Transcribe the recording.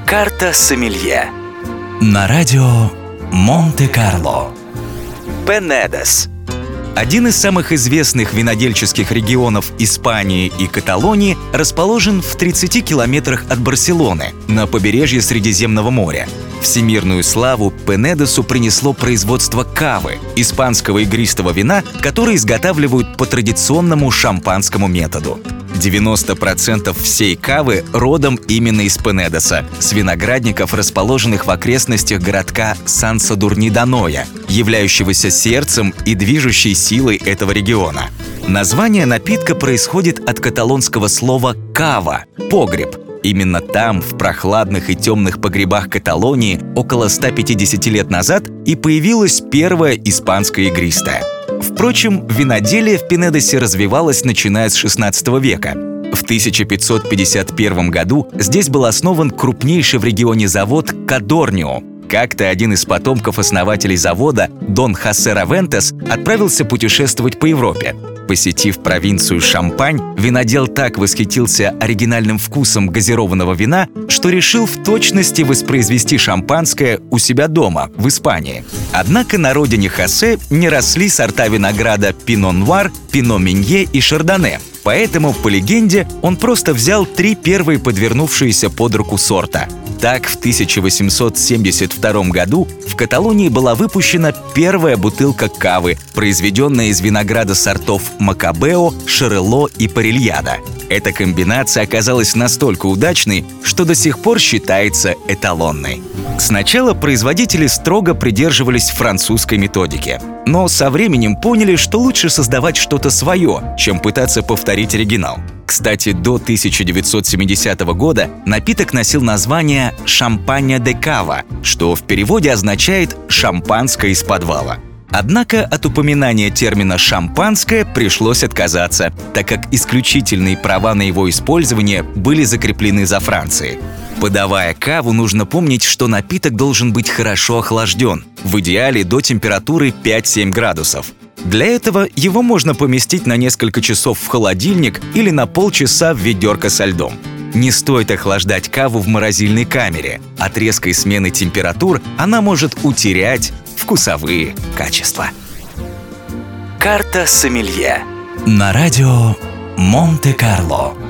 Карта сомелье. На радио Монте-Карло. Пенедес. Один из самых известных винодельческих регионов Испании и Каталонии расположен в 30 километрах от Барселоны, на побережье Средиземного моря. Всемирную славу Пенедесу принесло производство кавы, испанского игристого вина, которое изготавливают по традиционному шампанскому методу. 90% всей кавы родом именно из Пенедеса, с виноградников, расположенных в окрестностях городка Сан-Садурни-де-Аноя, являющегося сердцем и движущей силой этого региона. Название напитка происходит от каталонского слова «кава» — «погреб». Именно там, в прохладных и темных погребах Каталонии, около 150 лет назад и появилась первая испанская игристая. Впрочем, виноделие в Пенедесе развивалось начиная с XVI века. В 1551 году здесь был основан крупнейший в регионе завод «Кадорнио». Как-то один из потомков основателей завода, Дон Хосе Равентес, отправился путешествовать по Европе. Посетив провинцию Шампань, винодел так восхитился оригинальным вкусом газированного вина, что решил в точности воспроизвести шампанское у себя дома, в Испании. Однако на родине Хосе не росли сорта винограда Пино-Нуар, Пино-Минье и Шардоне. Поэтому, по легенде, он просто взял 3 первые подвернувшиеся под руку сорта. Так, в 1872 году в Каталонии была выпущена первая бутылка кавы, произведенная из винограда сортов Макабео, Шарело и Парильяда. Эта комбинация оказалась настолько удачной, что до сих пор считается эталонной. Сначала производители строго придерживались французской методики, но со временем поняли, что лучше создавать что-то свое, чем пытаться повторить оригинал. Кстати, до 1970 года напиток носил название «Шампанья де кава», что в переводе означает «шампанское из подвала». Однако от упоминания термина «шампанское» пришлось отказаться, так как исключительные права на его использование были закреплены за Францией. Подавая каву, нужно помнить, что напиток должен быть хорошо охлажден, в идеале до температуры 5-7 градусов. Для этого его можно поместить на несколько часов в холодильник или на полчаса в ведерко со льдом. Не стоит охлаждать каву в морозильной камере. От резкой смены температур она может утерять вкусовые качества. Карта сомелье. На радио Монте-Карло.